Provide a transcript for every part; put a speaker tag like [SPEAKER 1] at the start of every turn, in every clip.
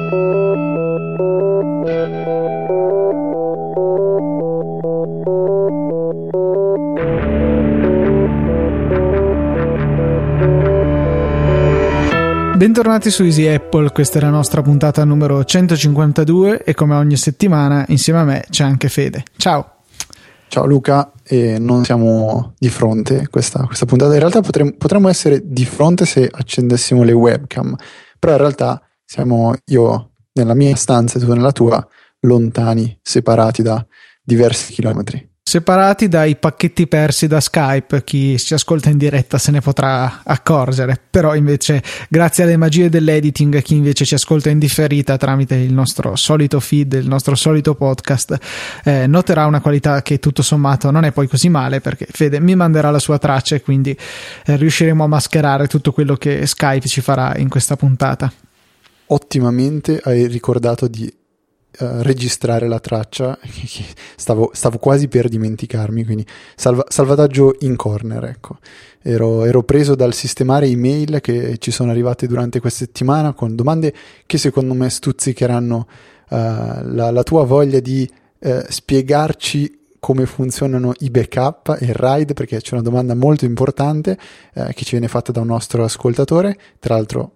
[SPEAKER 1] Bentornati su Easy Apple, questa è la nostra puntata numero 152 e come ogni settimana insieme a me c'è anche Fede. Ciao!
[SPEAKER 2] Ciao Luca, e non siamo di fronte questa puntata, in realtà potremmo essere di fronte se accendessimo le webcam, però in realtà siamo io nella mia stanza e tu nella tua, lontani, separati da diversi chilometri.
[SPEAKER 1] Separati dai pacchetti persi da Skype, chi ci ascolta in diretta se ne potrà accorgere, però invece grazie alle magie dell'editing chi invece ci ascolta in differita tramite il nostro solito feed, il nostro solito podcast, noterà una qualità che tutto sommato non è poi così male, perché Fede mi manderà la sua traccia e quindi riusciremo a mascherare tutto quello che Skype ci farà in questa puntata.
[SPEAKER 2] Ottimamente hai ricordato di registrare la traccia, stavo quasi per dimenticarmi, quindi salvataggio in corner, ecco. Ero preso dal sistemare email che ci sono arrivate durante questa settimana con domande che secondo me stuzzicheranno la tua voglia di spiegarci come funzionano i backup e il RAID, perché c'è una domanda molto importante che ci viene fatta da un nostro ascoltatore, tra l'altro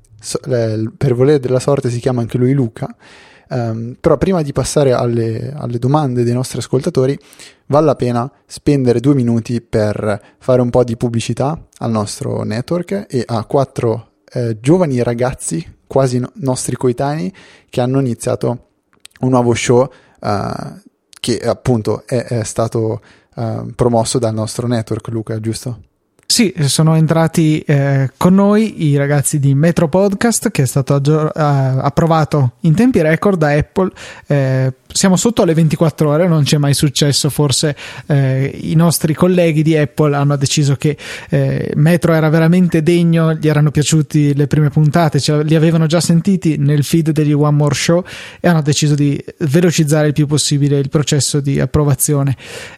[SPEAKER 2] per volere della sorte si chiama anche lui Luca. Però prima di passare alle domande dei nostri ascoltatori vale la pena spendere 2 minuti per fare un po' di pubblicità al nostro network e a 4 giovani ragazzi quasi nostri coetanei che hanno iniziato un nuovo show che appunto è stato promosso dal nostro network. Luca, giusto?
[SPEAKER 1] Sì, sono entrati con noi i ragazzi di Metro Podcast, che è stato approvato in tempi record da Apple. Siamo sotto alle 24 ore, non ci è mai successo. Forse i nostri colleghi di Apple hanno deciso che Metro era veramente degno, gli erano piaciuti le prime puntate, li avevano già sentiti nel feed degli One More Show e hanno deciso di velocizzare il più possibile il processo di approvazione.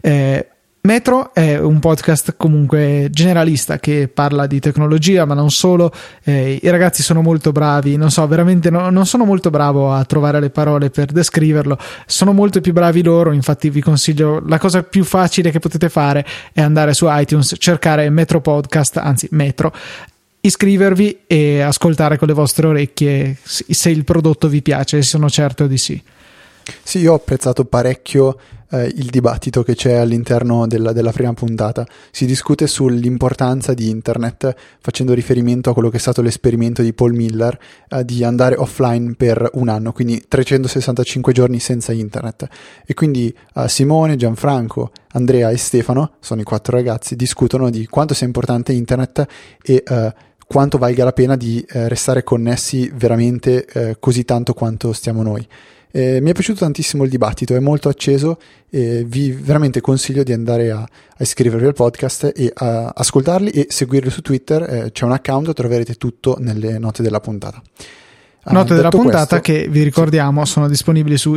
[SPEAKER 1] Metro è un podcast comunque generalista che parla di tecnologia, ma non solo. I ragazzi sono molto bravi, non so, veramente non sono molto bravo a trovare le parole per descriverlo, sono molto più bravi loro. Infatti vi consiglio, la cosa più facile che potete fare è andare su iTunes, cercare Metro Podcast, anzi Metro, iscrivervi e ascoltare con le vostre orecchie se il prodotto vi piace, e sono certo di sì.
[SPEAKER 2] Sì, io ho apprezzato parecchio il dibattito che c'è all'interno della prima puntata. Si discute sull'importanza di internet, facendo riferimento a quello che è stato l'esperimento di Paul Miller di andare offline per un anno, quindi 365 giorni senza internet. E quindi Simone, Gianfranco, Andrea e Stefano, sono i 4 ragazzi, discutono di quanto sia importante internet e quanto valga la pena di restare connessi veramente così tanto quanto stiamo noi. Mi è piaciuto tantissimo il dibattito, è molto acceso e vi veramente consiglio di andare a iscrivervi al podcast e a ascoltarli e seguirli su Twitter. C'è un account, troverete tutto nelle note della puntata.
[SPEAKER 1] Note della puntata che vi ricordiamo sono disponibili su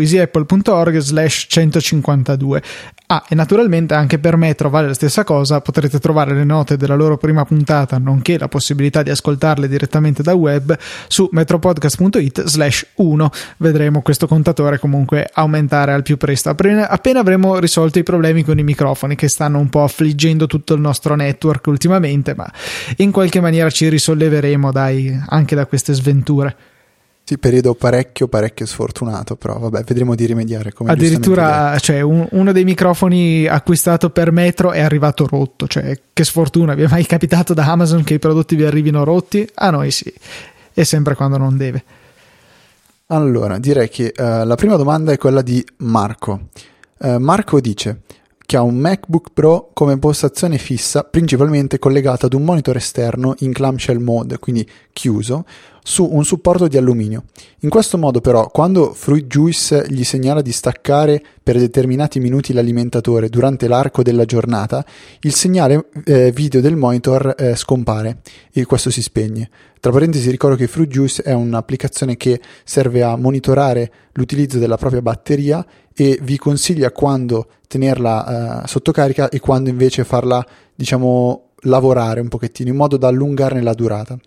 [SPEAKER 1] easyapple.org/152. E naturalmente anche per Metro vale la stessa cosa, potrete trovare le note della loro prima puntata nonché la possibilità di ascoltarle direttamente da web su metropodcast.it/1. Vedremo questo contatore comunque aumentare al più presto appena avremo risolto i problemi con i microfoni che stanno un po' affliggendo tutto il nostro network ultimamente, ma in qualche maniera ci risolleveremo anche da queste sventure.
[SPEAKER 2] Sì, periodo parecchio sfortunato, però vabbè, vedremo di rimediare. Come
[SPEAKER 1] addirittura cioè, uno dei microfoni acquistato per Metro è arrivato rotto, cioè che sfortuna. Vi è mai capitato da Amazon che i prodotti vi arrivino rotti? A noi sì, e sempre quando non deve.
[SPEAKER 2] Allora, direi che la prima domanda è quella di Marco. Marco dice che ha un MacBook Pro come impostazione fissa, principalmente collegato ad un monitor esterno in clamshell mode, quindi chiuso, su un supporto di alluminio. In questo modo però, quando FruitJuice gli segnala di staccare per determinati minuti l'alimentatore durante l'arco della giornata, il segnale video del monitor scompare e questo si spegne. Tra parentesi ricordo che FruitJuice è un'applicazione che serve a monitorare l'utilizzo della propria batteria e vi consiglia quando tenerla sotto carica e quando invece farla, diciamo, lavorare un pochettino in modo da allungarne la durata.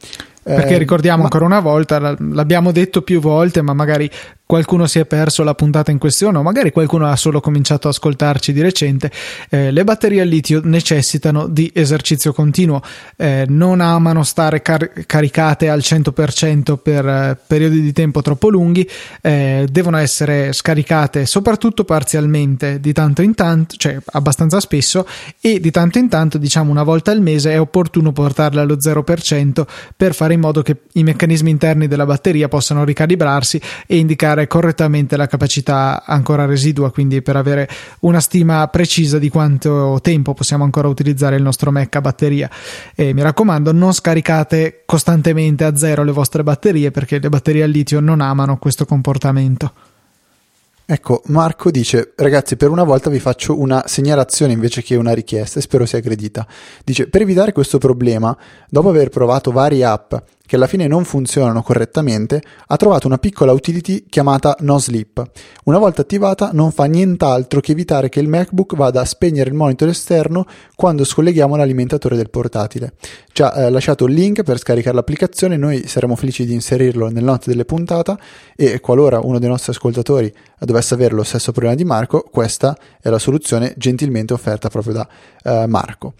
[SPEAKER 1] Perché ricordiamo ancora una volta, l'abbiamo detto più volte, ma magari qualcuno si è perso la puntata in questione o magari qualcuno ha solo cominciato ad ascoltarci di recente. Le batterie al litio necessitano di esercizio continuo, non amano stare caricate al 100% per periodi di tempo troppo lunghi, devono essere scaricate soprattutto parzialmente di tanto in tanto, cioè abbastanza spesso, e di tanto in tanto, diciamo una volta al mese, è opportuno portarle allo 0% per fare in modo che i meccanismi interni della batteria possano ricalibrarsi e indicare correttamente la capacità ancora residua, quindi per avere una stima precisa di quanto tempo possiamo ancora utilizzare il nostro Mac a batteria. E mi raccomando, non scaricate costantemente a zero le vostre batterie, perché le batterie al litio non amano questo comportamento.
[SPEAKER 2] Ecco, Marco dice: ragazzi, per una volta vi faccio una segnalazione invece che una richiesta e spero sia aggredita. Dice: per evitare questo problema, dopo aver provato varie app che alla fine non funzionano correttamente, ha trovato una piccola utility chiamata No Sleep. Una volta attivata non fa nient'altro che evitare che il MacBook vada a spegnere il monitor esterno quando scolleghiamo l'alimentatore del portatile. Ci ha lasciato il link per scaricare l'applicazione, noi saremo felici di inserirlo nelle note delle puntate, e qualora uno dei nostri ascoltatori dovesse avere lo stesso problema di Marco, questa è la soluzione gentilmente offerta proprio da Marco.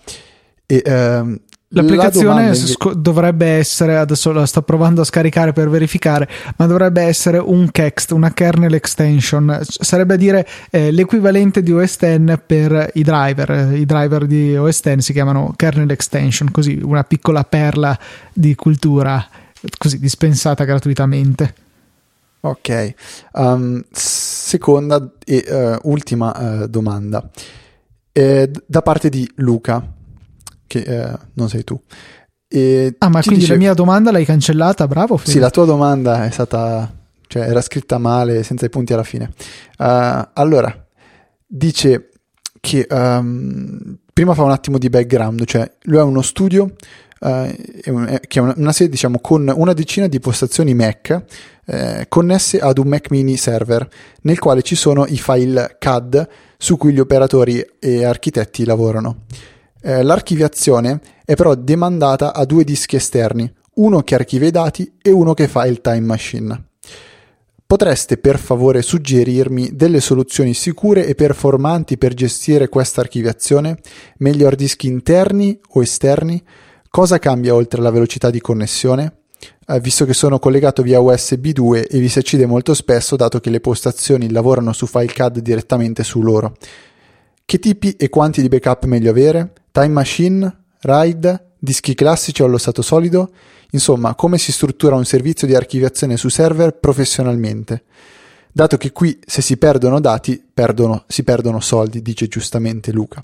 [SPEAKER 1] L'applicazione dovrebbe essere, adesso la sto provando a scaricare per verificare, ma dovrebbe essere un KEXT, una kernel extension, sarebbe a dire l'equivalente di OS X per i driver di OS X si chiamano kernel extension, così una piccola perla di cultura così dispensata gratuitamente.
[SPEAKER 2] Ok, seconda e ultima domanda da parte di Luca, che non sei tu.
[SPEAKER 1] Ma quindi la mia domanda l'hai cancellata? Bravo Fede.
[SPEAKER 2] Sì, la tua domanda è stata, cioè era scritta male, senza i punti alla fine. Allora, dice che prima fa un attimo di background, cioè lui ha uno studio che è una serie, diciamo, con una decina di postazioni Mac connesse ad un Mac mini server nel quale ci sono i file CAD su cui gli operatori e architetti lavorano. L'archiviazione è però demandata a due dischi esterni, uno che archivia i dati e uno che fa il time machine. Potreste per favore suggerirmi delle soluzioni sicure e performanti per gestire questa archiviazione? Meglio hard disk interni o esterni? Cosa cambia oltre alla velocità di connessione? Visto che sono collegato via USB 2 e vi si accide molto spesso, dato che le postazioni lavorano su file CAD direttamente su loro. Che tipi e quanti di backup meglio avere? Time machine? RAID? Dischi classici o allo stato solido? Insomma, come si struttura un servizio di archiviazione su server professionalmente? Dato che qui se si perdono dati, si perdono soldi, dice giustamente Luca.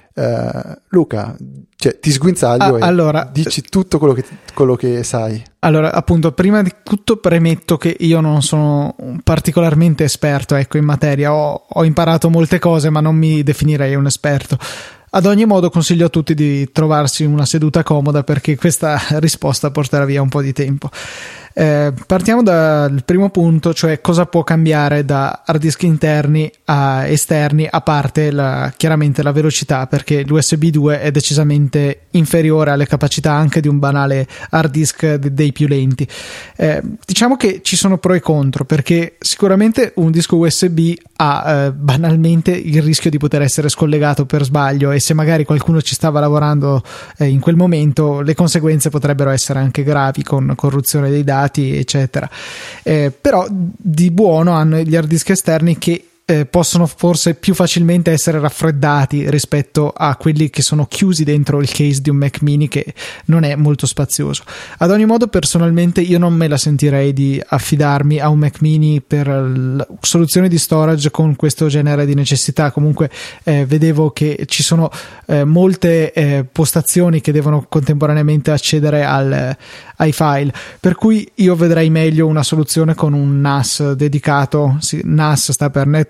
[SPEAKER 2] Luca, cioè, ti sguinzaglio
[SPEAKER 1] allora,
[SPEAKER 2] dici tutto quello che sai.
[SPEAKER 1] Allora, appunto, prima di tutto premetto che io non sono particolarmente esperto, ecco, in materia. Ho imparato molte cose, ma non mi definirei un esperto. Ad ogni modo consiglio a tutti di trovarsi una seduta comoda, perché questa risposta porterà via un po' di tempo. Partiamo dal primo punto, cioè cosa può cambiare da hard disk interni a esterni, a parte chiaramente la velocità, perché l'USB 2 è decisamente inferiore alle capacità anche di un banale hard disk dei più lenti. Diciamo che ci sono pro e contro, perché sicuramente un disco USB ha banalmente il rischio di poter essere scollegato per sbaglio, e se magari qualcuno ci stava lavorando in quel momento, le conseguenze potrebbero essere anche gravi, con corruzione dei dati eccetera. Però di buono hanno gli hard disk esterni che possono forse più facilmente essere raffreddati rispetto a quelli che sono chiusi dentro il case di un Mac mini, che non è molto spazioso. Ad ogni modo, personalmente io non me la sentirei di affidarmi a un Mac mini per soluzioni di storage con questo genere di necessità. Comunque vedevo che ci sono molte postazioni che devono contemporaneamente accedere ai file, per cui io vedrei meglio una soluzione con un NAS dedicato. NAS sta per Network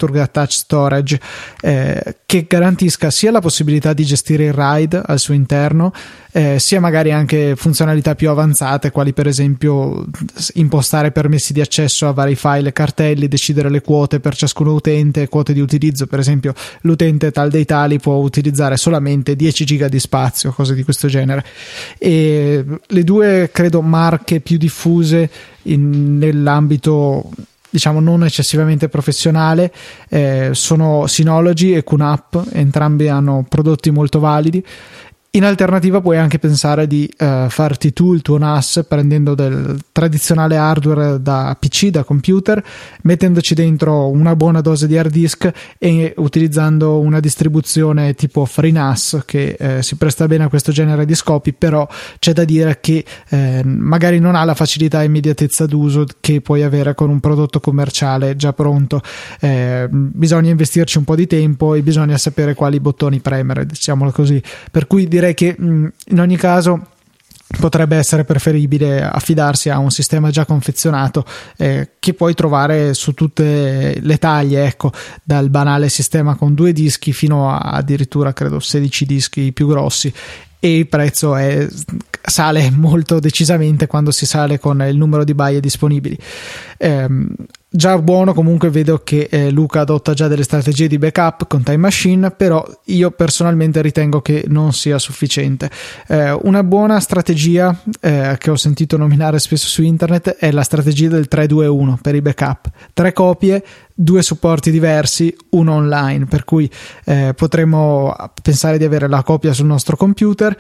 [SPEAKER 1] Network Attached Storage, che garantisca sia la possibilità di gestire il RAID al suo interno, sia magari anche funzionalità più avanzate, quali per esempio impostare permessi di accesso a vari file e cartelli, decidere le quote per ciascun utente, quote di utilizzo. Per esempio, l'utente tal dei tali può utilizzare solamente 10 giga di spazio, cose di questo genere. E le due, credo, marche più diffuse nell'ambito, diciamo, non eccessivamente professionale sono Synology e QNAP. Entrambi hanno prodotti molto validi. In alternativa puoi anche pensare di farti tu il tuo NAS prendendo del tradizionale hardware da PC, da computer, mettendoci dentro una buona dose di hard disk e utilizzando una distribuzione tipo FreeNAS che si presta bene a questo genere di scopi, però c'è da dire che magari non ha la facilità e immediatezza d'uso che puoi avere con un prodotto commerciale già pronto. Bisogna investirci un po' di tempo e bisogna sapere quali bottoni premere, diciamolo così, per cui direi che in ogni caso potrebbe essere preferibile affidarsi a un sistema già confezionato che puoi trovare su tutte le taglie, ecco, dal banale sistema con 2 dischi fino a addirittura credo 16 dischi più grossi, e il prezzo sale molto decisamente quando si sale con il numero di baie disponibili. Già buono comunque vedo che Luca adotta già delle strategie di backup con Time Machine, però io personalmente ritengo che non sia sufficiente. Una buona strategia che ho sentito nominare spesso su internet è la strategia del 3-2-1 per i backup: 3 copie, 2 supporti diversi, uno online, per cui potremmo pensare di avere la copia sul nostro computer,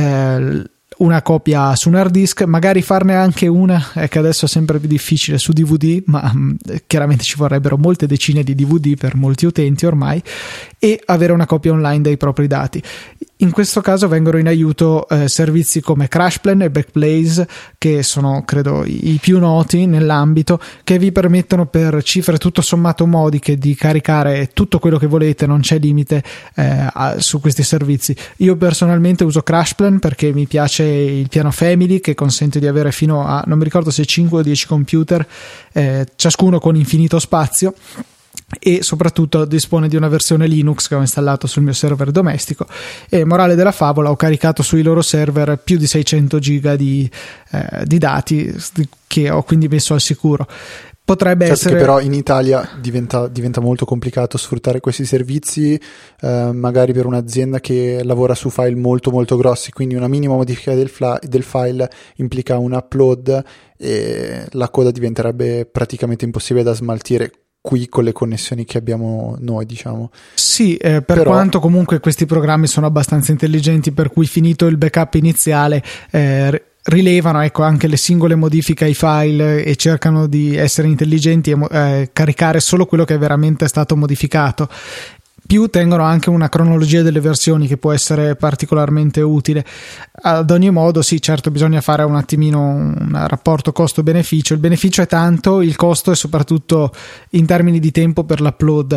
[SPEAKER 1] una copia su un hard disk, magari farne anche una, che adesso è sempre più difficile, su DVD, ma chiaramente ci vorrebbero molte decine di DVD per molti utenti ormai, e avere una copia online dei propri dati. In questo caso vengono in aiuto servizi come CrashPlan e Backblaze, che sono credo i più noti nell'ambito, che vi permettono per cifre tutto sommato modiche di caricare tutto quello che volete, non c'è limite su questi servizi. Io personalmente uso CrashPlan perché mi piace il piano Family, che consente di avere fino a, non mi ricordo se 5 o 10 computer, ciascuno con infinito spazio, e soprattutto dispone di una versione Linux che ho installato sul mio server domestico. E morale della favola, ho caricato sui loro server più di 600 giga di dati che ho quindi messo al sicuro. Potrebbe essere
[SPEAKER 2] che però in Italia diventa molto complicato sfruttare questi servizi, magari per un'azienda che lavora su file molto molto grossi, quindi una minima modifica del file implica un upload e la coda diventerebbe praticamente impossibile da smaltire qui con le connessioni che abbiamo noi, diciamo.
[SPEAKER 1] Sì, però quanto comunque questi programmi sono abbastanza intelligenti, per cui finito il backup iniziale rilevano, ecco, anche le singole modifiche ai file e cercano di essere intelligenti e caricare solo quello che è veramente stato modificato. Più tengono anche una cronologia delle versioni che può essere particolarmente utile. Ad ogni modo, sì, certo, bisogna fare un attimino un rapporto costo-beneficio. Il beneficio è tanto, il costo è soprattutto in termini di tempo per l'upload.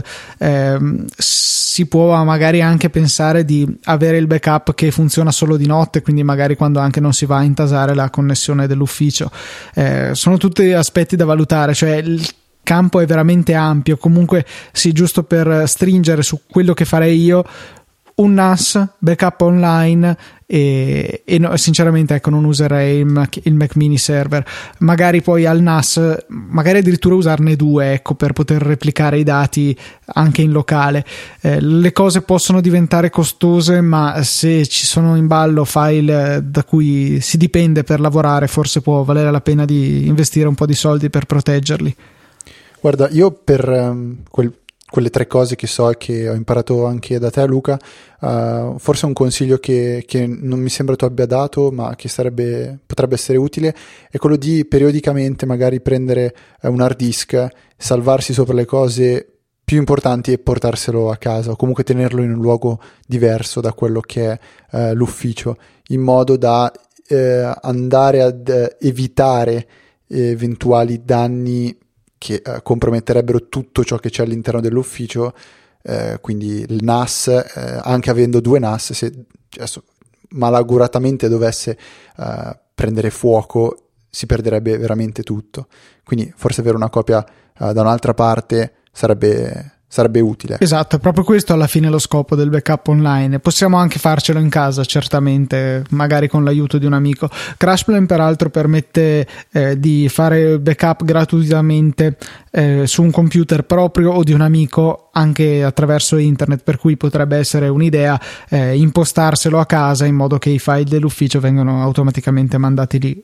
[SPEAKER 1] Si può magari anche pensare di avere il backup che funziona solo di notte, quindi magari quando anche non si va a intasare la connessione dell'ufficio. Sono tutti aspetti da valutare, cioè il campo è veramente ampio. Comunque sì, giusto per stringere su quello che farei io: un NAS, backup online e no, sinceramente, ecco, non userei il Mac mini server. Magari poi al NAS, magari addirittura usarne 2, ecco, per poter replicare i dati anche in locale. Le cose possono diventare costose, ma se ci sono in ballo file da cui si dipende per lavorare, forse può valere la pena di investire un po' di soldi per proteggerli.
[SPEAKER 2] Guarda, io per quelle 3 cose che so e che ho imparato anche da te, Luca, forse un consiglio che non mi sembra tu abbia dato, ma che potrebbe essere utile, è quello di periodicamente magari prendere un hard disk, salvarsi sopra le cose più importanti e portarselo a casa, o comunque tenerlo in un luogo diverso da quello che è l'ufficio, in modo da andare ad evitare eventuali danni che comprometterebbero tutto ciò che c'è all'interno dell'ufficio. Quindi il NAS, anche avendo 2 NAS, se adesso malauguratamente dovesse prendere fuoco, si perderebbe veramente tutto. Quindi forse avere una copia da un'altra parte sarebbe sarebbe utile.
[SPEAKER 1] Esatto, è proprio questo alla fine lo scopo del backup online. Possiamo anche farcelo in casa, certamente, magari con l'aiuto di un amico. CrashPlan peraltro permette di fare backup gratuitamente su un computer proprio o di un amico, anche attraverso internet, per cui potrebbe essere un'idea impostarselo a casa in modo che i file dell'ufficio vengano automaticamente mandati lì.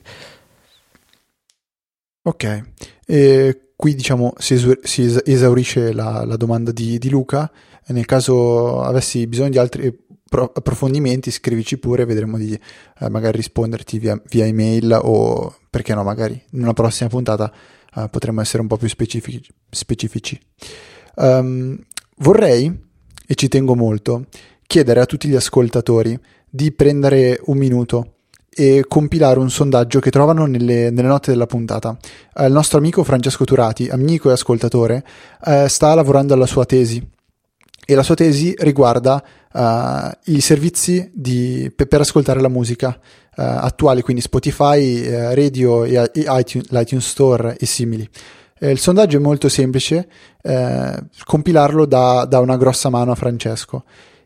[SPEAKER 2] Ok, qui diciamo si esaurisce la domanda di Luca. Nel caso avessi bisogno di altri approfondimenti, scrivici pure, vedremo di magari risponderti via email, o perché no, magari in una prossima puntata potremmo essere un po' più specifici. Vorrei, e ci tengo molto, chiedere a tutti gli ascoltatori di prendere un minuto e compilare un sondaggio che trovano nelle note della puntata. Il nostro amico Francesco Turati, amico e ascoltatore, sta lavorando alla sua tesi, e la sua tesi riguarda i servizi per ascoltare la musica attuali, quindi Spotify, Radio e l'iTunes Store e simili. Il sondaggio è molto semplice, compilarlo dà una grossa mano a Francesco,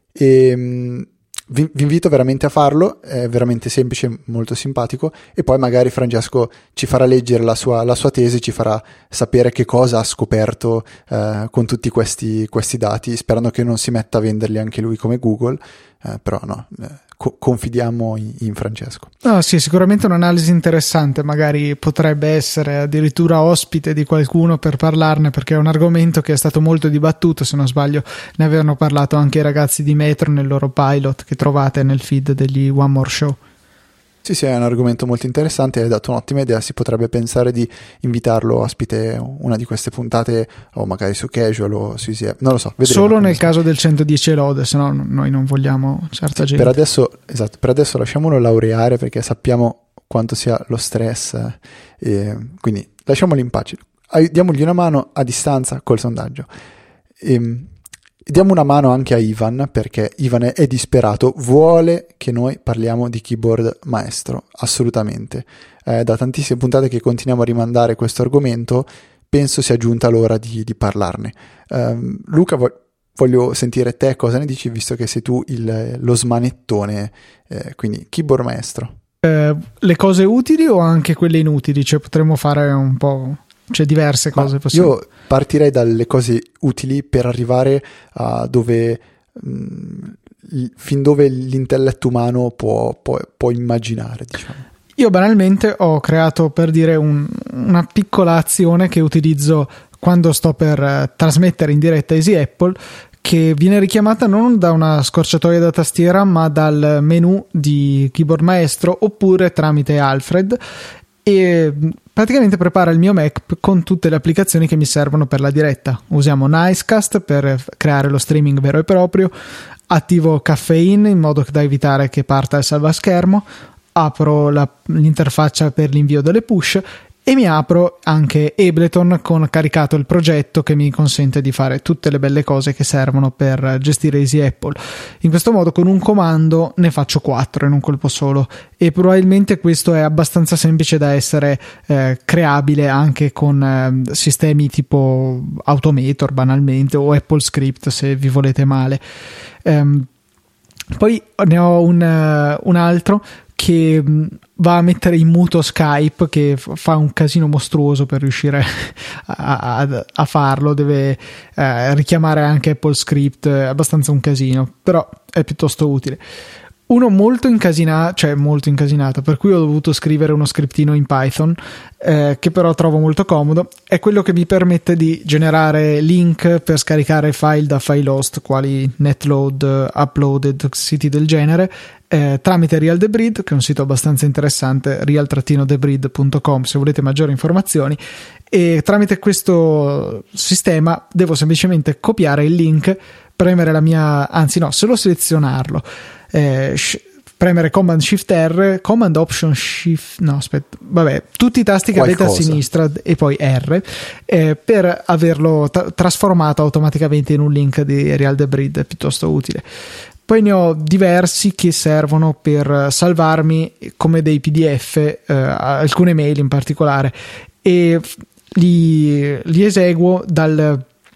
[SPEAKER 2] e vi invito veramente a farlo, è veramente semplice, molto simpatico, e poi magari Francesco ci farà leggere la sua tesi, ci farà sapere che cosa ha scoperto con tutti questi dati, sperando che non si metta a venderli anche lui come Google, però no, confidiamo in Francesco.
[SPEAKER 1] No, sì, sicuramente un'analisi interessante, magari potrebbe essere addirittura ospite di qualcuno per parlarne, perché è un argomento che è stato molto dibattuto. Se non sbaglio ne avevano parlato anche i ragazzi di Metro nel loro pilot che trovate nel feed degli One More Show.
[SPEAKER 2] Sì, è un argomento molto interessante, hai dato un'ottima idea. Si potrebbe pensare di invitarlo ospite una di queste puntate, o magari su Casual o su Easy App, non lo so, vedremo.
[SPEAKER 1] Solo nel caso del 110 lode, se no noi non vogliamo certa gente.
[SPEAKER 2] Per adesso lasciamolo laureare, perché sappiamo quanto sia lo stress, quindi lasciamoli in pace, diamogli una mano a distanza col sondaggio. Diamo una mano anche a Ivan, perché Ivan è disperato, vuole che noi parliamo di keyboard maestro, assolutamente. Da tantissime puntate che continuiamo a rimandare questo argomento, penso sia giunta l'ora di parlarne. Luca, voglio sentire te cosa ne dici, visto che sei tu lo smanettone, quindi keyboard maestro.
[SPEAKER 1] Le cose utili o anche quelle inutili? Cioè potremmo fare un po'... C'è diverse cose possibili.
[SPEAKER 2] Io partirei dalle cose utili per arrivare a dove fin dove l'intelletto umano può immaginare, diciamo.
[SPEAKER 1] Io banalmente ho creato, per dire, una piccola azione che utilizzo quando sto per trasmettere in diretta Easy Apple, che viene richiamata non da una scorciatoia da tastiera ma dal menu di Keyboard Maestro, oppure tramite Alfred, e praticamente prepara il mio Mac con tutte le applicazioni che mi servono per la diretta. Usiamo Nicecast per creare lo streaming vero e proprio, attivo Caffeine in modo da evitare che parta il salvaschermo, apro l'interfaccia per l'invio delle push e mi apro anche Ableton con caricato il progetto che mi consente di fare tutte le belle cose che servono per gestire Easy Apple. In questo modo con un comando ne faccio 4 in un colpo solo, e probabilmente questo è abbastanza semplice da essere creabile anche con sistemi tipo Automator banalmente, o Apple Script se vi volete male. Poi ne ho un altro che va a mettere in muto Skype, che fa un casino mostruoso per riuscire a farlo, deve richiamare anche Apple Script, è abbastanza un casino, però è piuttosto utile. Uno molto incasinato, per cui ho dovuto scrivere uno scriptino in Python, che però trovo molto comodo, è quello che mi permette di generare link per scaricare file da FileHost quali Netload, Uploaded, siti del genere, tramite RealTheBreed, che è un sito abbastanza interessante, real-thebreed.com se volete maggiori informazioni. E tramite questo sistema devo semplicemente copiare il link, premere solo selezionarlo, premere Command Shift R, Command Option Shift, tutti i tasti che avete a sinistra e poi R, per averlo trasformato automaticamente in un link di RealTheBreed. È piuttosto utile. Poi ne ho diversi che servono per salvarmi come dei PDF alcune mail in particolare, e li eseguo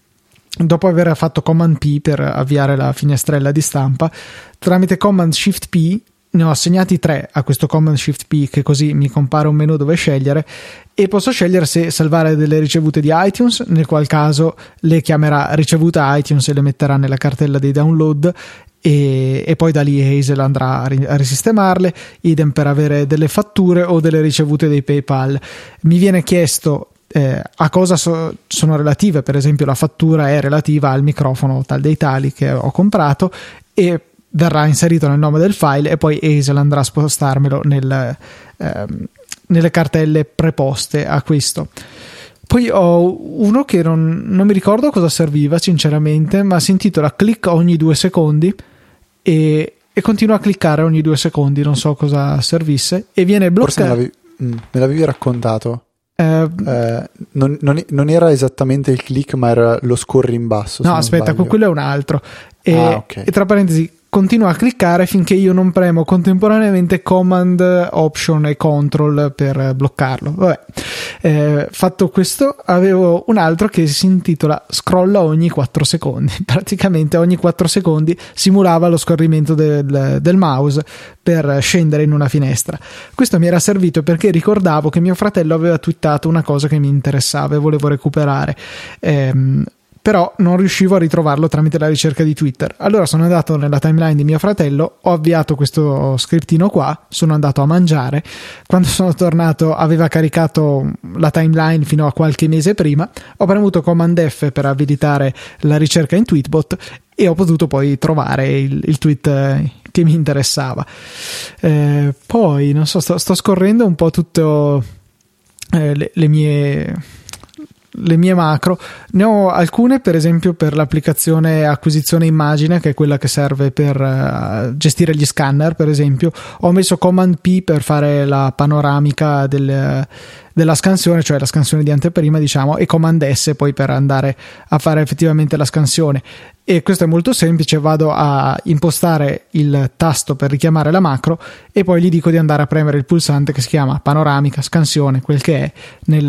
[SPEAKER 1] dopo aver fatto Command P per avviare la finestrella di stampa, tramite Command Shift P ne ho assegnati 3 a questo Command Shift P, che così mi compare un menu dove scegliere, e posso scegliere se salvare delle ricevute di iTunes, nel qual caso le chiamerà ricevuta iTunes e le metterà nella cartella dei download, e poi da lì Hazel andrà a risistemarle. Idem per avere delle fatture o delle ricevute dei PayPal. Mi viene chiesto a cosa sono relative. Per esempio la fattura è relativa al microfono tal dei tali che ho comprato, e verrà inserito nel nome del file, e poi Hazel andrà a spostarmelo nelle cartelle preposte a questo. Poi ho uno che non mi ricordo cosa serviva sinceramente, ma si intitola Click ogni 2 secondi e continua a cliccare ogni 2 secondi, non so cosa servisse, e viene bloccato.
[SPEAKER 2] Forse me l'avevi raccontato. Non era esattamente il click, ma era lo scorri in basso.
[SPEAKER 1] No, aspetta, quello è un altro.
[SPEAKER 2] Okay.
[SPEAKER 1] E tra parentesi, continua a cliccare finché io non premo contemporaneamente Command, Option e Control per bloccarlo. Vabbè, fatto questo, avevo un altro che si intitola Scrolla ogni 4 secondi. Praticamente ogni 4 secondi simulava lo scorrimento del mouse per scendere in una finestra. Questo mi era servito perché ricordavo che mio fratello aveva twittato una cosa che mi interessava e volevo recuperare. Però non riuscivo a ritrovarlo tramite la ricerca di Twitter. Allora sono andato nella timeline di mio fratello, ho avviato questo scriptino qua, sono andato a mangiare. Quando sono tornato aveva caricato la timeline fino a qualche mese prima, ho premuto Command F per abilitare la ricerca in Tweetbot e ho potuto poi trovare il tweet che mi interessava. Poi non so, sto scorrendo un po' tutto le mie macro. Ne ho alcune per esempio per l'applicazione acquisizione immagine, che è quella che serve per gestire gli scanner. Per esempio ho messo Command P per fare la panoramica della scansione, cioè la scansione di anteprima, diciamo, e Command S poi per andare a fare effettivamente la scansione. E questo è molto semplice: vado a impostare il tasto per richiamare la macro e poi gli dico di andare a premere il pulsante che si chiama panoramica, scansione, quel che è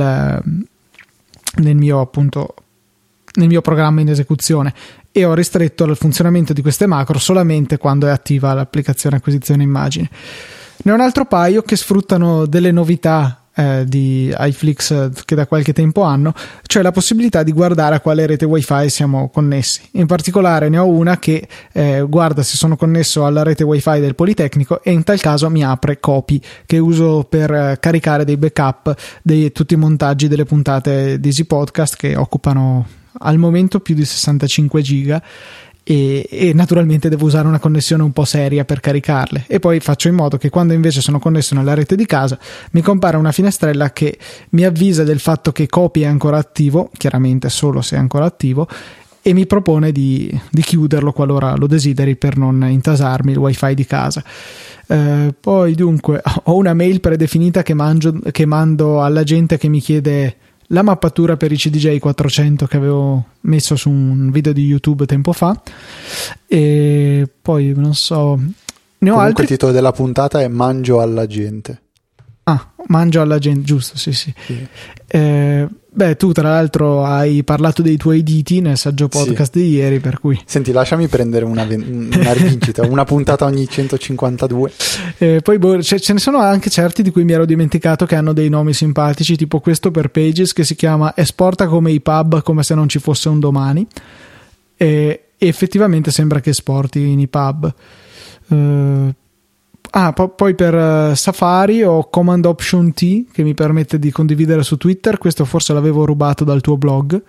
[SPEAKER 1] nel mio programma in esecuzione, e ho ristretto il funzionamento di queste macro solamente quando è attiva l'applicazione acquisizione immagine. Ne ho un altro paio che sfruttano delle novità di iFlix che da qualche tempo hanno, cioè la possibilità di guardare a quale rete wifi siamo connessi. In particolare ne ho una che guarda se sono connesso alla rete wifi del Politecnico, e in tal caso mi apre Copy, che uso per caricare dei backup di tutti i montaggi delle puntate di Easy Podcast, che occupano al momento più di 65 giga, e naturalmente devo usare una connessione un po' seria per caricarle. E poi faccio in modo che quando invece sono connesso nella rete di casa mi compare una finestrella che mi avvisa del fatto che Copy è ancora attivo, chiaramente solo se è ancora attivo, e mi propone di chiuderlo qualora lo desideri, per non intasarmi il wifi di casa. Poi dunque ho una mail predefinita che mando alla gente che mi chiede la mappatura per i CDJ 400 che avevo messo su un video di YouTube tempo fa. E poi non so, ne ho
[SPEAKER 2] comunque
[SPEAKER 1] altri.
[SPEAKER 2] Il titolo della puntata è Mangio alla gente.
[SPEAKER 1] Mangio alla gente, giusto, sì. Tu tra l'altro hai parlato dei tuoi diti nel saggio podcast di ieri, per cui
[SPEAKER 2] senti, lasciami prendere una rivincita, una puntata ogni 152.
[SPEAKER 1] Poi ce ne sono anche certi di cui mi ero dimenticato, che hanno dei nomi simpatici, tipo questo per Pages che si chiama Esporta come i pub, come se non ci fosse un domani, e effettivamente sembra che esporti in i pub. Poi per Safari ho Command Option T che mi permette di condividere su Twitter. Questo forse l'avevo rubato dal tuo blog.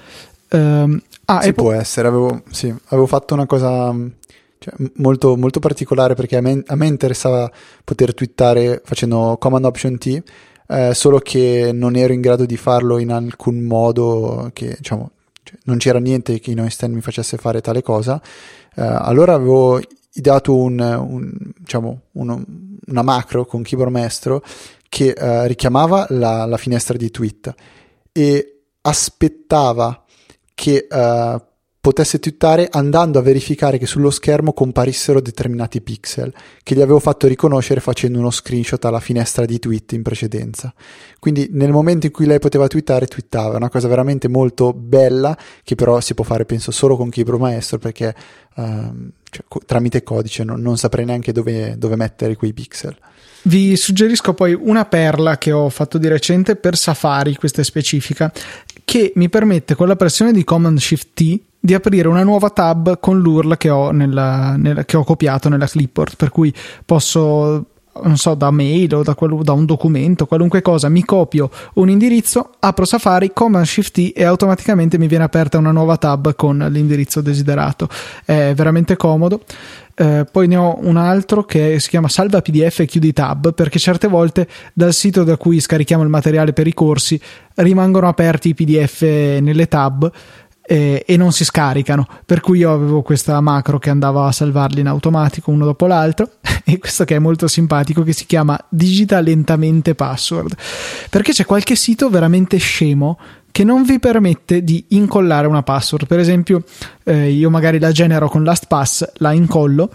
[SPEAKER 2] Può essere, avevo fatto una cosa molto, molto particolare, perché a me interessava poter twittare facendo Command Option T, solo che non ero in grado di farlo in alcun modo, che non c'era niente che in OS X mi facesse fare tale cosa. Allora avevo ideato una macro con keyboard maestro che richiamava la finestra di tweet e aspettava che potesse twittare andando a verificare che sullo schermo comparissero determinati pixel che gli avevo fatto riconoscere facendo uno screenshot alla finestra di tweet in precedenza. Quindi nel momento in cui lei poteva twittare, twittava. È una cosa veramente molto bella, che però si può fare penso solo con Keyboard Maestro, perché tramite codice non saprei neanche dove mettere quei pixel.
[SPEAKER 1] Vi suggerisco poi una perla che ho fatto di recente per Safari, questa è specifica, che mi permette con la pressione di Command Shift T di aprire una nuova tab con l'URL che ho che ho copiato nella clipboard, per cui posso, non so, da mail o da un documento, qualunque cosa, mi copio un indirizzo, apro Safari, Command Shift T e automaticamente mi viene aperta una nuova tab con l'indirizzo desiderato. È veramente comodo. Poi ne ho un altro che si chiama Salva PDF e chiudi tab, perché certe volte dal sito da cui scarichiamo il materiale per i corsi rimangono aperti i PDF nelle tab e non si scaricano, per cui io avevo questa macro che andava a salvarli in automatico uno dopo l'altro e questo che è molto simpatico, che si chiama digita lentamente password, perché c'è qualche sito veramente scemo che non vi permette di incollare una password. Per esempio io magari la genero con LastPass, la incollo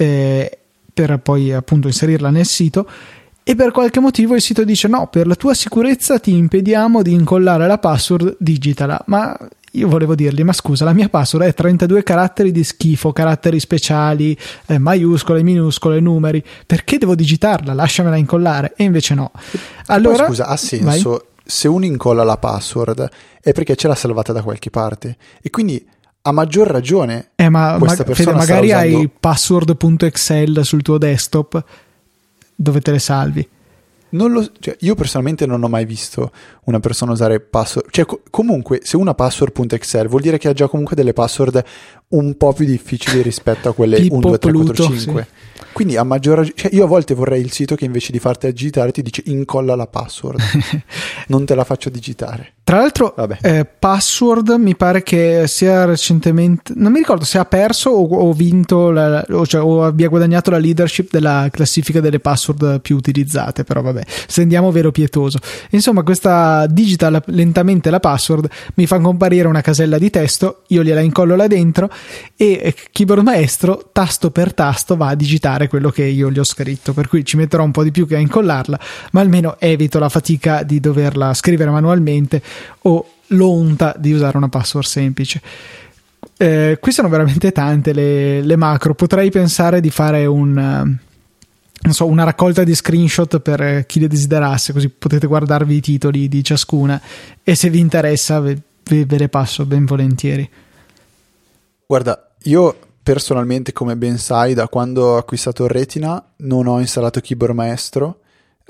[SPEAKER 1] per poi appunto inserirla nel sito, e per qualche motivo il sito dice no, per la tua sicurezza ti impediamo di incollare la password, digitala. Ma io volevo dirgli, ma scusa, la mia password è 32 caratteri di schifo, caratteri speciali, maiuscole, minuscole, numeri, perché devo digitarla? Lasciamela incollare. E invece no. Allora,
[SPEAKER 2] poi, scusa, ha senso? Vai. Se uno incolla la password è perché ce l'ha salvata da qualche parte, e quindi a maggior ragione questa persona
[SPEAKER 1] Fede, magari
[SPEAKER 2] usando...
[SPEAKER 1] hai password.excel sul tuo desktop dove te le salvi.
[SPEAKER 2] Io personalmente non ho mai visto una persona usare password, comunque se una password.excel vuol dire che ha già comunque delle password un po' più difficili rispetto a quelle
[SPEAKER 1] Pippo,
[SPEAKER 2] 1, 2, 3, 4,
[SPEAKER 1] Pluto,
[SPEAKER 2] 5 sì. Quindi a maggior ragione, io a volte vorrei il sito che invece di farti digitare ti dice incolla la password non te la faccio digitare.
[SPEAKER 1] Tra l'altro Password mi pare che sia recentemente, non mi ricordo se ha perso o vinto o abbia guadagnato la leadership della classifica delle password più utilizzate, però vabbè, se andiamo vero pietoso. Insomma, questa digita lentamente la password, mi fa comparire una casella di testo, io gliela incollo là dentro e Keyboard Maestro tasto per tasto va a digitare quello che io gli ho scritto, per cui ci metterò un po' di più che a incollarla, ma almeno evito la fatica di doverla scrivere manualmente o l'onta di usare una password semplice. Qui sono veramente tante le macro. Potrei pensare di fare una raccolta di screenshot per chi le desiderasse, così potete guardarvi i titoli di ciascuna e se vi interessa ve le passo ben volentieri.
[SPEAKER 2] Guarda, io personalmente, come ben sai, da quando ho acquistato il Retina non ho installato Keyboard Maestro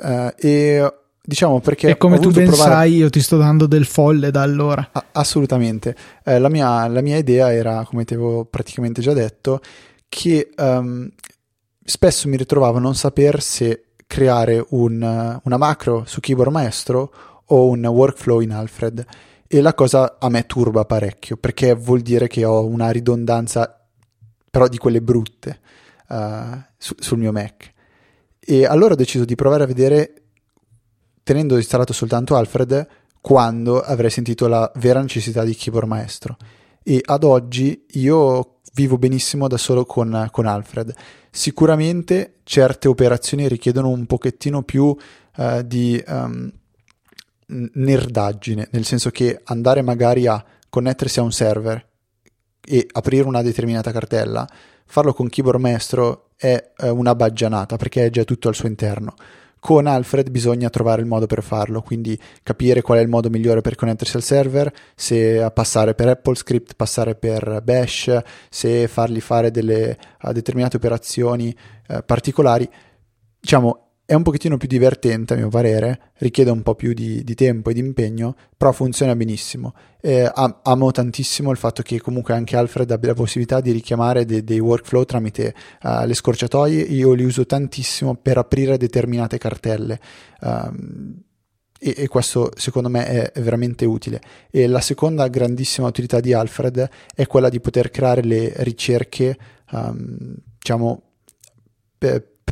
[SPEAKER 2] e diciamo perché
[SPEAKER 1] e come tu ben sai io ti sto dando del folle da allora.
[SPEAKER 2] Assolutamente. La mia idea era, come ti avevo praticamente già detto, che spesso mi ritrovavo a non saper se creare una macro su Keyboard Maestro o un workflow in Alfred, e la cosa a me turba parecchio, perché vuol dire che ho una ridondanza però di quelle brutte sul mio Mac. E allora ho deciso di provare a vedere, tenendo installato soltanto Alfred, quando avrei sentito la vera necessità di Keyboard Maestro. E ad oggi io vivo benissimo da solo con Alfred. Sicuramente certe operazioni richiedono un pochettino più di nerdaggine, nel senso che andare magari a connettersi a un server e aprire una determinata cartella, farlo con Keyboard Maestro è una baggianata, perché è già tutto al suo interno. Con Alfred bisogna trovare il modo per farlo, quindi capire qual è il modo migliore per connettersi al server, se passare per AppleScript, passare per Bash, se fargli fare delle determinate operazioni particolari. Diciamo, è un pochettino più divertente a mio parere, richiede un po' più di tempo e di impegno, però funziona benissimo. Amo tantissimo il fatto che comunque anche Alfred abbia la possibilità di richiamare dei workflow tramite le scorciatoie. Io li uso tantissimo per aprire determinate cartelle e questo secondo me è veramente utile. E la seconda grandissima utilità di Alfred è quella di poter creare le ricerche diciamo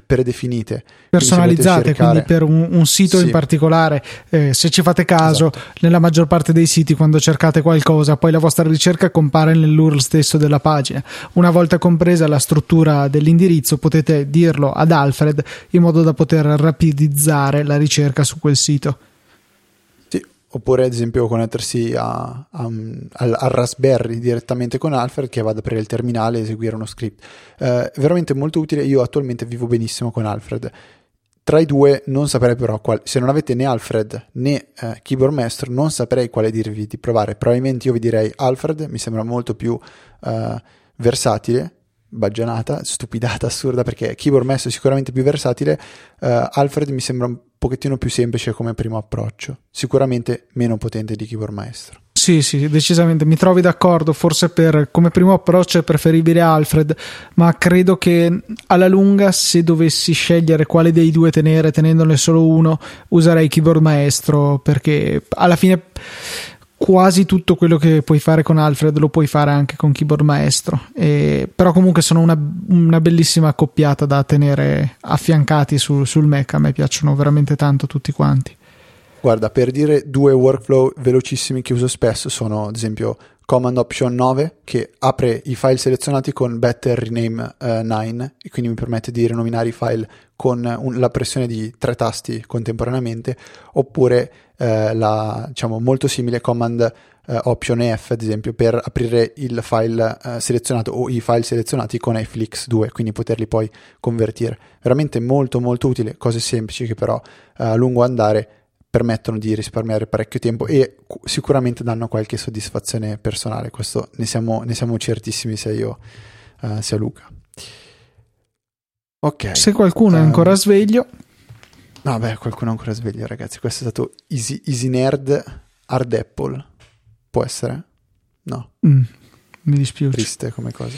[SPEAKER 2] predefinite,
[SPEAKER 1] personalizzate, quindi per un sito in particolare, se ci fate caso, nella maggior parte dei siti quando cercate qualcosa poi la vostra ricerca compare nell'URL stesso della pagina. Una volta compresa la struttura dell'indirizzo potete dirlo ad Alfred in modo da poter rapidizzare la ricerca su quel sito.
[SPEAKER 2] Oppure ad esempio connettersi al Raspberry direttamente con Alfred, che va ad aprire il terminale e eseguire uno script. Veramente molto utile. Io attualmente vivo benissimo con Alfred. Tra i due non saprei però se non avete né Alfred né Keyboard Maestro, non saprei quale dirvi di provare. Probabilmente io vi direi Alfred, mi sembra molto più versatile, baggianata, stupidata, assurda, perché Keyboard Maestro è sicuramente più versatile. Alfred mi sembra un pochettino più semplice come primo approccio, sicuramente meno potente di Keyboard Maestro.
[SPEAKER 1] Sì, decisamente, mi trovi d'accordo. Forse come primo approccio è preferibile Alfred, ma credo che alla lunga, se dovessi scegliere quale dei due tenere, tenendone solo uno, userei Keyboard Maestro, perché alla fine quasi tutto quello che puoi fare con Alfred lo puoi fare anche con Keyboard Maestro, però comunque sono una bellissima accoppiata da tenere affiancati sul Mac. A me piacciono veramente tanto tutti quanti.
[SPEAKER 2] Guarda, per dire due workflow velocissimi che uso spesso sono ad esempio Command Option 9, che apre i file selezionati con Better Rename 9 e quindi mi permette di rinominare i file con la pressione di 3 tasti contemporaneamente, oppure diciamo molto simile Command Option F ad esempio per aprire il file selezionato o i file selezionati con iFlix 2, quindi poterli poi convertire. Veramente molto molto utile, cose semplici che però a lungo andare permettono di risparmiare parecchio tempo e sicuramente danno qualche soddisfazione personale. Questo ne siamo certissimi, sia io sia Luca. Ok.
[SPEAKER 1] Se qualcuno è ancora sveglio.
[SPEAKER 2] No, beh, qualcuno è ancora sveglio, ragazzi. Questo è stato Easy Nerd Hard Apple. Può essere? No.
[SPEAKER 1] Mi dispiace.
[SPEAKER 2] Triste come cosa.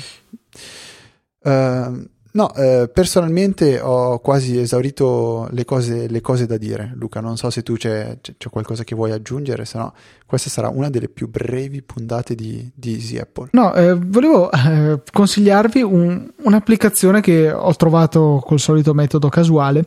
[SPEAKER 2] No, personalmente ho quasi esaurito le cose da dire. Luca, non so se tu c'è qualcosa che vuoi aggiungere, se no questa sarà una delle più brevi puntate di Easy Apple.
[SPEAKER 1] No, volevo consigliarvi un'applicazione che ho trovato col solito metodo casuale,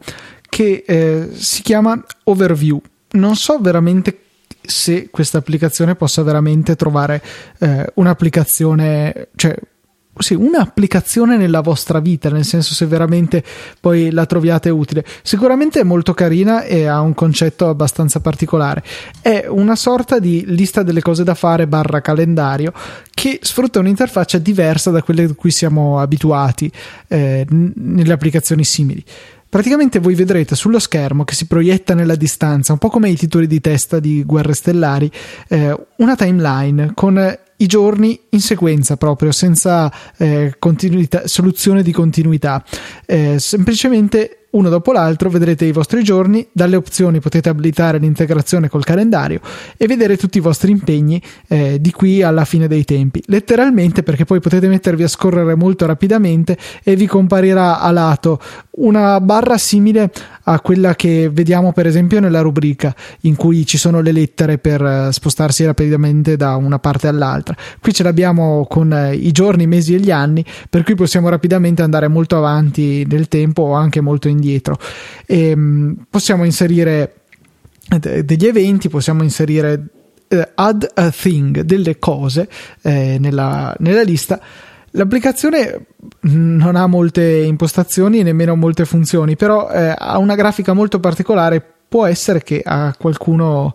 [SPEAKER 1] che si chiama Overview. Non so veramente se questa applicazione possa veramente trovare un'applicazione, cioè sì, un'applicazione nella vostra vita, nel senso se veramente poi la troviate utile. Sicuramente è molto carina e ha un concetto abbastanza particolare. È una sorta di lista delle cose da fare / calendario che sfrutta un'interfaccia diversa da quelle a cui siamo abituati nelle applicazioni simili. Praticamente voi vedrete sullo schermo che si proietta nella distanza, un po' come i titoli di testa di Guerre Stellari, una timeline con i giorni in sequenza proprio, senza continuità, soluzione di continuità, semplicemente uno dopo l'altro vedrete i vostri giorni. Dalle opzioni potete abilitare l'integrazione col calendario e vedere tutti i vostri impegni di qui alla fine dei tempi, letteralmente, perché poi potete mettervi a scorrere molto rapidamente e vi comparirà a lato una barra simile a quella che vediamo per esempio nella rubrica in cui ci sono le lettere per spostarsi rapidamente da una parte all'altra. Qui ce l'abbiamo con i giorni, i mesi e gli anni, per cui possiamo rapidamente andare molto avanti nel tempo o anche molto indietro. E possiamo inserire degli eventi, possiamo inserire add a thing, delle cose nella lista. L'applicazione non ha molte impostazioni e nemmeno molte funzioni, però ha una grafica molto particolare. Può essere che a qualcuno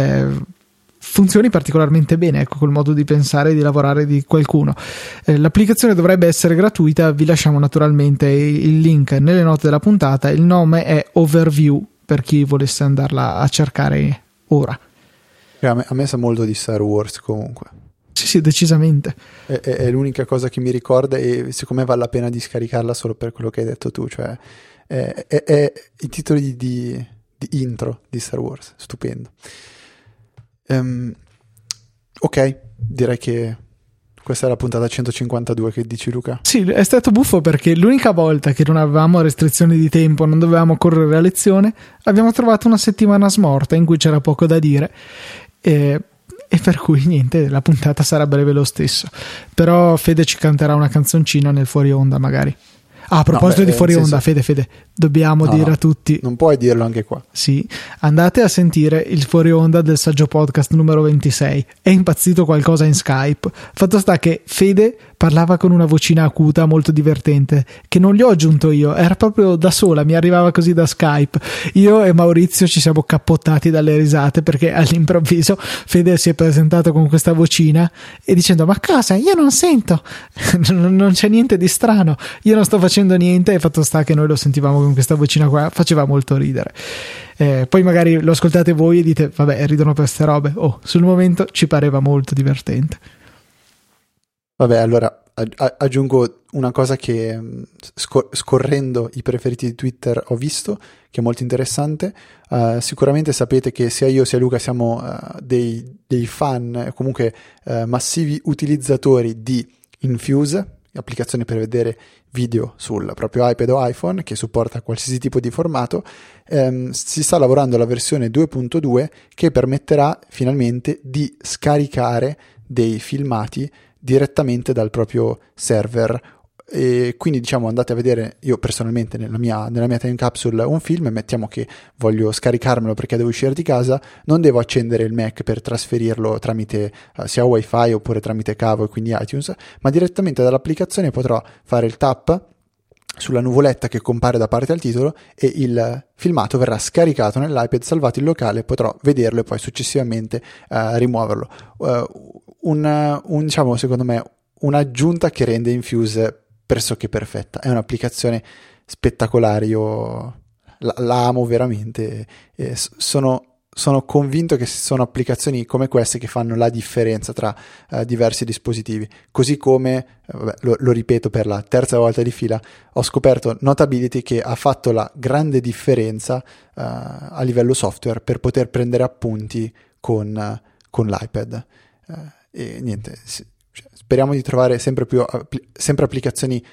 [SPEAKER 1] funzioni particolarmente bene, ecco, col modo di pensare e di lavorare di qualcuno. L'applicazione dovrebbe essere gratuita, vi lasciamo naturalmente il link nelle note della puntata. Il nome è Overview per chi volesse andarla a cercare ora.
[SPEAKER 2] A me sa molto di Star Wars comunque.
[SPEAKER 1] Sì, decisamente.
[SPEAKER 2] È l'unica cosa che mi ricorda e secondo me vale la pena di scaricarla solo per quello che hai detto tu, cioè è i titoli di intro di Star Wars, stupendo. Ok, direi che questa è la puntata 152, che dici Luca?
[SPEAKER 1] Sì, è stato buffo perché l'unica volta che non avevamo restrizioni di tempo, non dovevamo correre a lezione, abbiamo trovato una settimana smorta in cui c'era poco da dire e per cui niente, la puntata sarà breve lo stesso. Però Fede ci canterà una canzoncina nel fuori onda magari. A proposito di fuori onda, Fede, dobbiamo dire a tutti,
[SPEAKER 2] non puoi dirlo anche qua.
[SPEAKER 1] Sì, andate a sentire il fuori onda del Saggio Podcast numero 26. È impazzito qualcosa in Skype. Fatto sta che Fede parlava con una vocina acuta molto divertente, che non gli ho aggiunto io, era proprio da sola, mi arrivava così da Skype. Io e Maurizio ci siamo cappottati dalle risate perché all'improvviso Fede si è presentato con questa vocina e dicendo: ma cosa? Io non sento, non c'è niente di strano, io non sto facendo niente. E fatto sta che noi lo sentivamo con questa vocina qua, faceva molto ridere. Poi magari lo ascoltate voi e dite: vabbè, ridono per ste robe. Sul momento ci pareva molto divertente.
[SPEAKER 2] Vabbè, allora aggiungo una cosa che scorrendo i preferiti di Twitter ho visto, che è molto interessante. Sicuramente sapete che sia io sia Luca siamo dei fan, comunque massivi utilizzatori di Infuse, applicazione per vedere video sul proprio iPad o iPhone, che supporta qualsiasi tipo di formato. Si sta lavorando alla versione 2.2 che permetterà finalmente di scaricare dei filmati direttamente dal proprio server, e quindi diciamo andate a vedere. Io personalmente nella mia time capsule un film, mettiamo che voglio scaricarmelo perché devo uscire di casa, non devo accendere il Mac per trasferirlo tramite sia wifi oppure tramite cavo e quindi iTunes, ma direttamente dall'applicazione potrò fare il tap sulla nuvoletta che compare da parte al titolo e il filmato verrà scaricato nell'iPad, salvato in locale, potrò vederlo e poi successivamente rimuoverlo. Diciamo, secondo me, un'aggiunta che rende Infuse pressoché perfetta. È un'applicazione spettacolare, io la amo veramente. Sono convinto che sono applicazioni come queste che fanno la differenza tra diversi dispositivi, così come, lo ripeto per la terza volta di fila, ho scoperto Notability che ha fatto la grande differenza a livello software per poter prendere appunti con l'iPad. E niente, speriamo di trovare sempre più applicazioni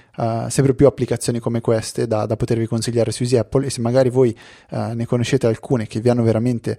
[SPEAKER 2] come queste da potervi consigliare su Easy Apple, e se magari voi ne conoscete alcune che vi hanno veramente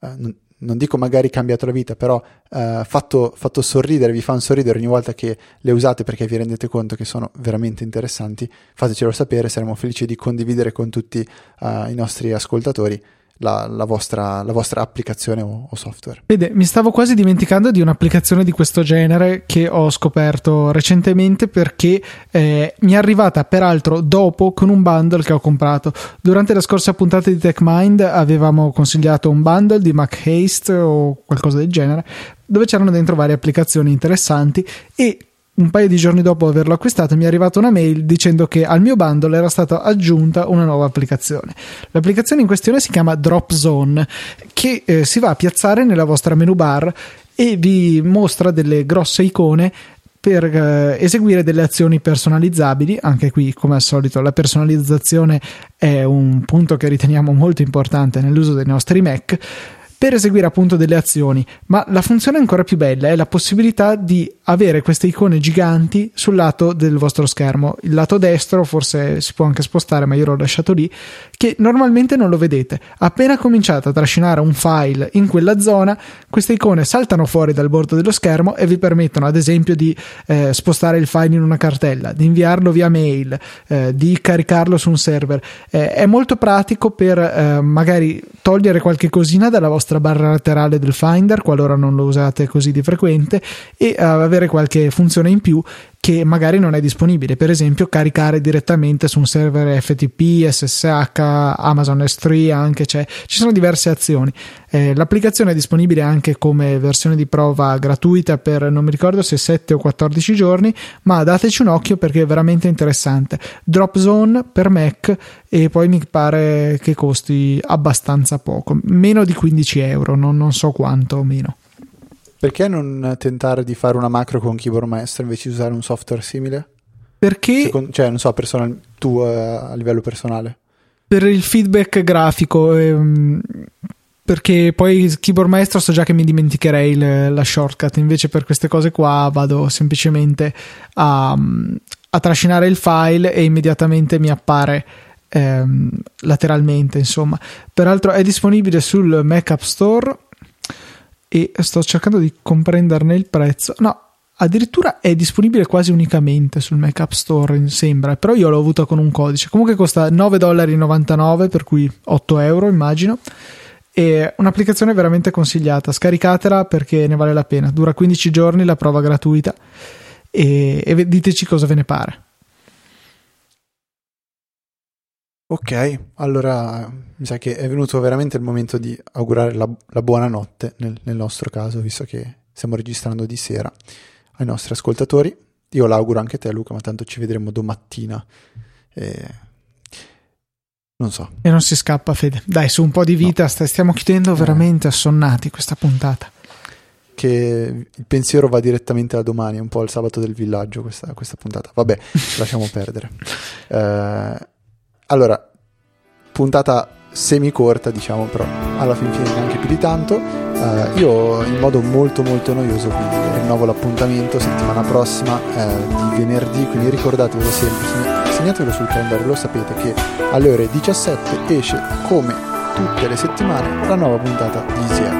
[SPEAKER 2] non dico magari cambiato la vita, però fatto sorridere, vi fanno sorridere ogni volta che le usate perché vi rendete conto che sono veramente interessanti, fatecelo sapere, saremo felici di condividere con tutti i nostri ascoltatori la vostra applicazione o software.
[SPEAKER 1] Vede, mi stavo quasi dimenticando di un'applicazione di questo genere che ho scoperto recentemente, perché mi è arrivata peraltro dopo con un bundle che ho comprato. Durante la scorsa puntata di TechMind avevamo consigliato un bundle di Mac Haste o qualcosa del genere, dove c'erano dentro varie applicazioni interessanti, e un paio di giorni dopo averlo acquistato mi è arrivata una mail dicendo che al mio bundle era stata aggiunta una nuova applicazione. L'applicazione in questione si chiama Drop Zone, che si va a piazzare nella vostra menu bar e vi mostra delle grosse icone per eseguire delle azioni personalizzabili. Anche qui, come al solito, la personalizzazione è un punto che riteniamo molto importante nell'uso dei nostri Mac, per eseguire appunto delle azioni. Ma la funzione ancora più bella è la possibilità di avere queste icone giganti sul lato del vostro schermo. Il lato destro forse si può anche spostare, ma io l'ho lasciato lì, che normalmente non lo vedete. Appena cominciate a trascinare un file in quella zona, queste icone saltano fuori dal bordo dello schermo e vi permettono ad esempio di spostare il file in una cartella, di inviarlo via mail, di caricarlo su un server. È molto pratico per magari togliere qualche cosina dalla vostra barra laterale del Finder qualora non lo usate così di frequente, e avere qualche funzione in più che magari non è disponibile, per esempio caricare direttamente su un server FTP, SSH, Amazon S3, anche ci sono diverse azioni. L'applicazione è disponibile anche come versione di prova gratuita per non mi ricordo se 7 o 14 giorni, ma dateci un occhio perché è veramente interessante. Drop Zone per Mac, e poi mi pare che costi abbastanza poco, meno di 15 euro, non so quanto meno.
[SPEAKER 2] Perché non tentare di fare una macro con Keyboard Maestro invece di usare un software simile?
[SPEAKER 1] Perché?
[SPEAKER 2] Non so, tu a livello personale.
[SPEAKER 1] Per il feedback grafico, perché poi Keyboard Maestro so già che mi dimenticherei la shortcut, invece per queste cose qua vado semplicemente a trascinare il file e immediatamente mi appare lateralmente, insomma. Peraltro è disponibile sul Mac App Store e sto cercando di comprenderne il prezzo. No, addirittura è disponibile quasi unicamente sul Mac App Store, sembra, però io l'ho avuta con un codice. Comunque costa $9,99, per cui €8 immagino. È un'applicazione veramente consigliata, scaricatela perché ne vale la pena. Dura 15 giorni la prova gratuita e diteci cosa ve ne pare.
[SPEAKER 2] Ok, allora mi sa che è venuto veramente il momento di augurare la buonanotte nel nostro caso, visto che stiamo registrando di sera, ai nostri ascoltatori. Io l'auguro anche a te, Luca, ma tanto ci vedremo domattina. Non so.
[SPEAKER 1] E non si scappa, Fede. Dai, su un po' di vita, no. Stiamo chiudendo veramente assonnati questa puntata.
[SPEAKER 2] Che il pensiero va direttamente a domani, è un po' il sabato del villaggio questa puntata. Vabbè, lasciamo perdere. Allora, puntata semicorta, diciamo, però alla fin fine neanche più di tanto. Io in modo molto molto noioso vi rinnovo l'appuntamento settimana prossima, di venerdì, quindi ricordatevelo sempre, segnatevelo sul calendario, lo sapete che alle ore 17 esce, come tutte le settimane, la nuova puntata di Easy